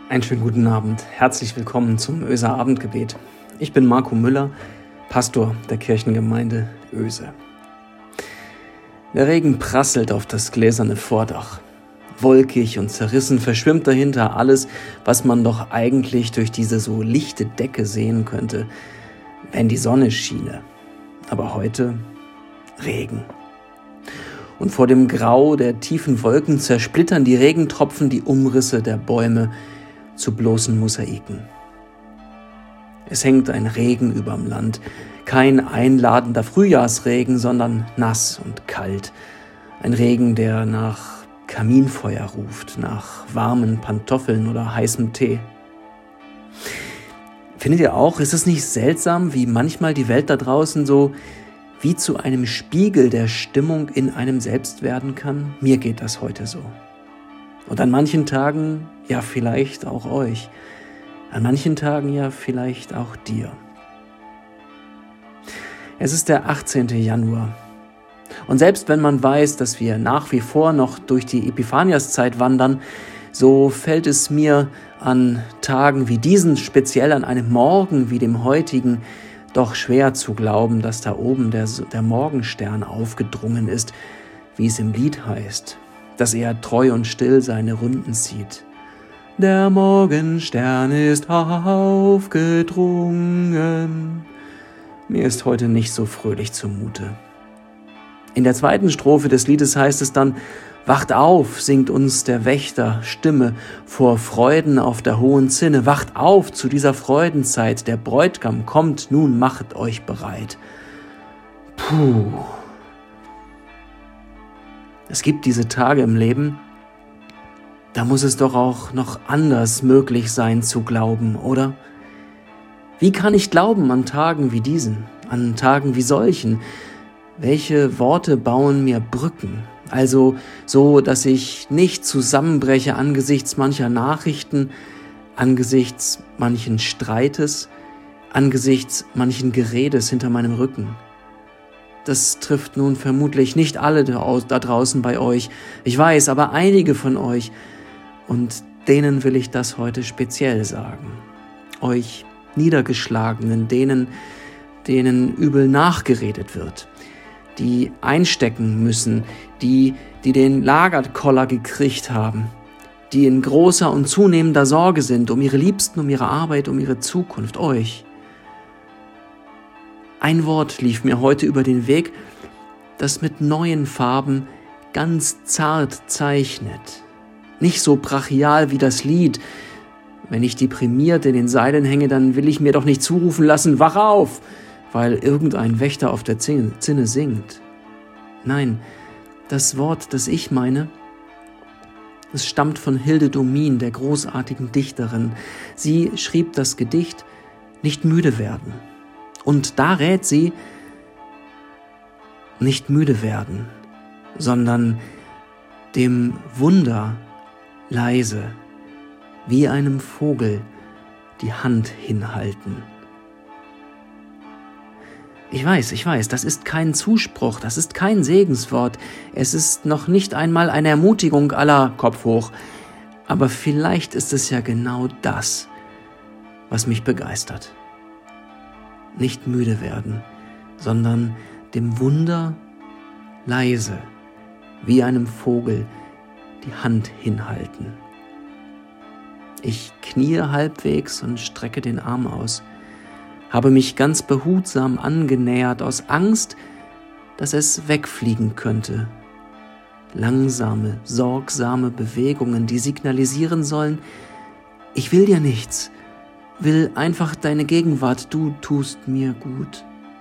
Einen schönen guten Abend. Herzlich willkommen zum Oeser Abendgebet. Ich bin Marco Müller, Pastor der Kirchengemeinde Oese. Der Regen prasselt auf das gläserne Vordach. Wolkig und zerrissen verschwimmt dahinter alles, was man doch eigentlich durch diese so lichte Decke sehen könnte, wenn die Sonne schiene. Aber heute Regen. Und vor dem Grau der tiefen Wolken zersplittern die Regentropfen die Umrisse der Bäume zu bloßen Mosaiken. Es hängt ein Regen überm Land, kein einladender Frühjahrsregen, sondern nass und kalt. Ein Regen, der nach Kaminfeuer ruft, nach warmen Pantoffeln oder heißem Tee. Findet ihr auch, ist es nicht seltsam, wie manchmal die Welt da draußen so wie zu einem Spiegel der Stimmung in einem selbst werden kann? Mir geht das heute so. Und an manchen Tagen, ja vielleicht auch euch. An manchen Tagen ja vielleicht auch dir. Es ist der 18. Januar. Und selbst wenn man weiß, dass wir nach wie vor noch durch die Epiphaniaszeit wandern, so fällt es mir an Tagen wie diesen, speziell an einem Morgen wie dem heutigen, doch schwer zu glauben, dass da oben der Morgenstern aufgedrungen ist, wie es im Lied heißt, dass er treu und still seine Runden zieht. Der Morgenstern ist aufgedrungen. Mir ist heute nicht so fröhlich zumute. In der zweiten Strophe des Liedes heißt es dann: Wacht auf, singt uns der Wächter Stimme vor Freuden auf der hohen Zinne. Wacht auf zu dieser Freudenzeit, der Bräutigam kommt, nun machet euch bereit. Puh. Es gibt diese Tage im Leben, da muss es doch auch noch anders möglich sein zu glauben, oder? Wie kann ich glauben an Tagen wie diesen, an Tagen wie solchen? Welche Worte bauen mir Brücken? Also so, dass ich nicht zusammenbreche angesichts mancher Nachrichten, angesichts manchen Streites, angesichts manchen Geredes hinter meinem Rücken. Das trifft nun vermutlich nicht alle da draußen bei euch. Ich weiß, aber einige von euch. Und denen will ich das heute speziell sagen. Euch Niedergeschlagenen, denen übel nachgeredet wird, die einstecken müssen, die den Lagerkoller gekriegt haben, die in großer und zunehmender Sorge sind um ihre Liebsten, um ihre Arbeit, um ihre Zukunft, euch. Ein Wort lief mir heute über den Weg, das mit neuen Farben ganz zart zeichnet. Nicht so brachial wie das Lied. Wenn ich deprimiert in den Seilen hänge, dann will ich mir doch nicht zurufen lassen, wach auf, weil irgendein Wächter auf der Zinne singt. Nein, das Wort, das ich meine, es stammt von Hilde Domin, der großartigen Dichterin. Sie schrieb das Gedicht Nicht müde werden. Und da rät sie, nicht müde werden, sondern dem Wunder leise, wie einem Vogel, die Hand hinhalten. Ich weiß, das ist kein Zuspruch, das ist kein Segenswort, es ist noch nicht einmal eine Ermutigung aller Kopf hoch, aber vielleicht ist es ja genau das, was mich begeistert. Nicht müde werden, sondern dem Wunder leise, wie einem Vogel, die Hand hinhalten. Ich kniee halbwegs und strecke den Arm aus, habe mich ganz behutsam angenähert aus Angst, dass es wegfliegen könnte. Langsame, sorgsame Bewegungen, die signalisieren sollen: Ich will dir nichts, will einfach deine Gegenwart, du tust mir gut.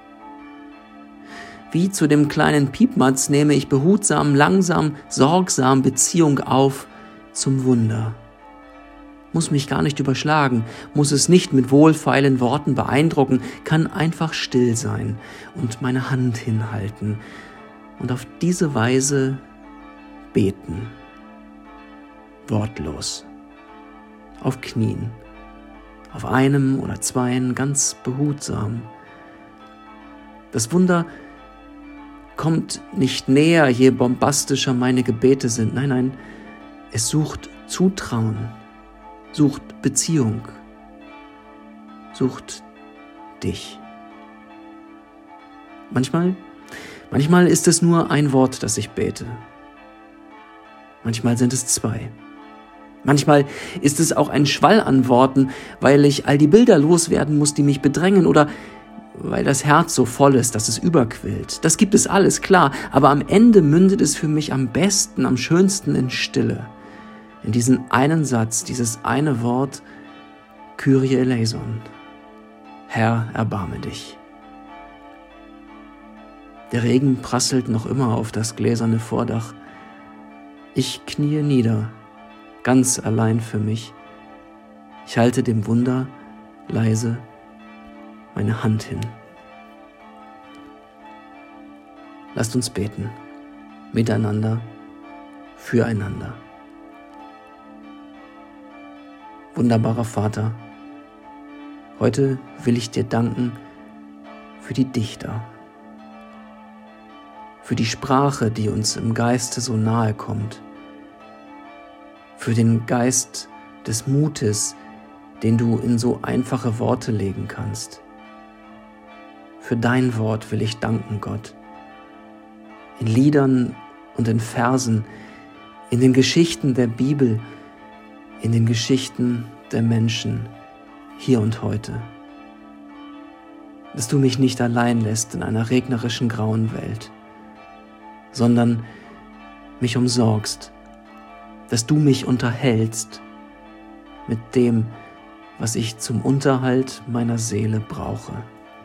Wie zu dem kleinen Piepmatz nehme ich behutsam, langsam, sorgsam Beziehung auf zum Wunder. Muss mich gar nicht überschlagen, muss es nicht mit wohlfeilen Worten beeindrucken, kann einfach still sein und meine Hand hinhalten und auf diese Weise beten. Wortlos, auf Knien, auf einem oder zweien ganz behutsam. Das Wunder kommt nicht näher, je bombastischer meine Gebete sind. Nein, es sucht Zutrauen. sucht Beziehung, sucht dich. Manchmal ist es nur ein Wort, das ich bete. Manchmal sind es 2. Manchmal ist es auch ein Schwall an Worten, weil ich all die Bilder loswerden muss, die mich bedrängen, oder weil das Herz so voll ist, dass es überquillt. Das gibt es alles, klar, aber am Ende mündet es für mich am besten, am schönsten in Stille. In diesen einen Satz, dieses eine Wort, Kyrie eleison. Herr, erbarme dich. Der Regen prasselt noch immer auf das gläserne Vordach. Ich kniee nieder, ganz allein für mich. Ich halte dem Wunder leise meine Hand hin. Lasst uns beten, miteinander, füreinander. Wunderbarer Vater, heute will ich dir danken für die Dichter, für die Sprache, die uns im Geiste so nahe kommt, für den Geist des Mutes, den du in so einfache Worte legen kannst. Für dein Wort will ich danken, Gott. In Liedern und in Versen, in den Geschichten der Bibel, in den Geschichten der Menschen, hier und heute. Dass du mich nicht allein lässt in einer regnerischen grauen Welt, sondern mich umsorgst, dass du mich unterhältst mit dem, was ich zum Unterhalt meiner Seele brauche.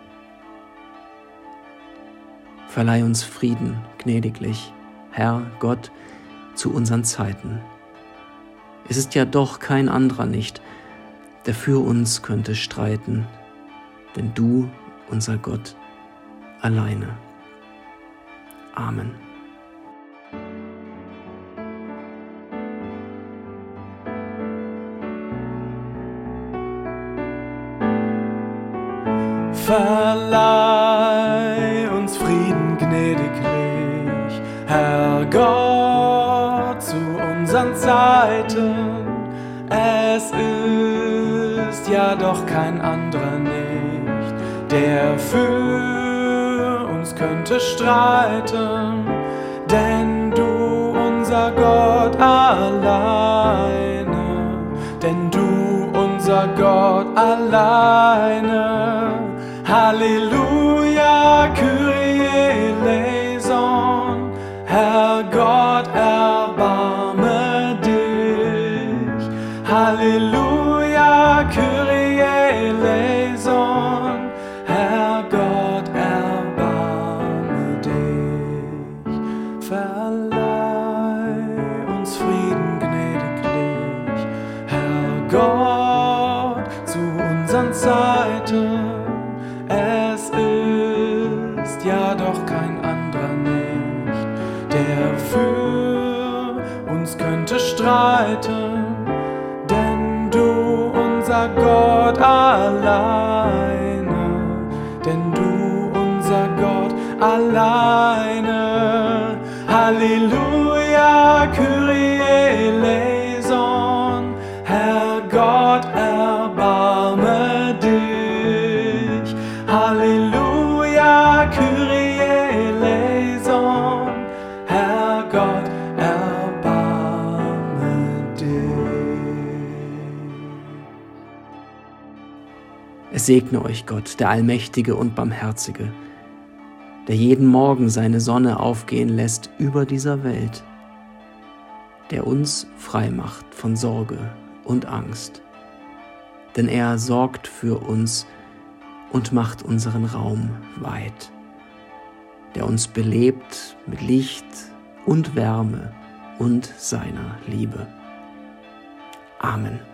Verleih uns Frieden gnädiglich, Herr Gott, zu unseren Zeiten. Es ist ja doch kein anderer nicht, der für uns könnte streiten, denn du, unser Gott, alleine. Amen. Verleih uns Frieden gnädiglich, Herr Gott, zu unseren Zeiten. Es ist ja doch kein anderer nicht, der für uns könnte streiten, denn du, unser Gott, alleine, denn du, unser Gott, alleine. Halleluja, Kyrie eleison, Herr Gott, erbarme dich. Halleluja, Kyrie eleison, Herr Gott, erbarme dich. Verleih uns Frieden gnädiglich, Herr Gott, zu unseren Zeiten. Es ist ja doch kein anderer nicht, der für uns könnte streiten, denn du, unser Gott, alleine, denn du, unser Gott, alleine. Halleluja, Kyrie eleison, Herr Gott, erbarme dich. Halleluja, Kyrie eleison, Herr Gott, erbarme dich. Es segne euch Gott, der Allmächtige und Barmherzige, der jeden Morgen seine Sonne aufgehen lässt über dieser Welt, der uns frei macht von Sorge und Angst, denn er sorgt für uns und macht unseren Raum weit, der uns belebt mit Licht und Wärme und seiner Liebe. Amen.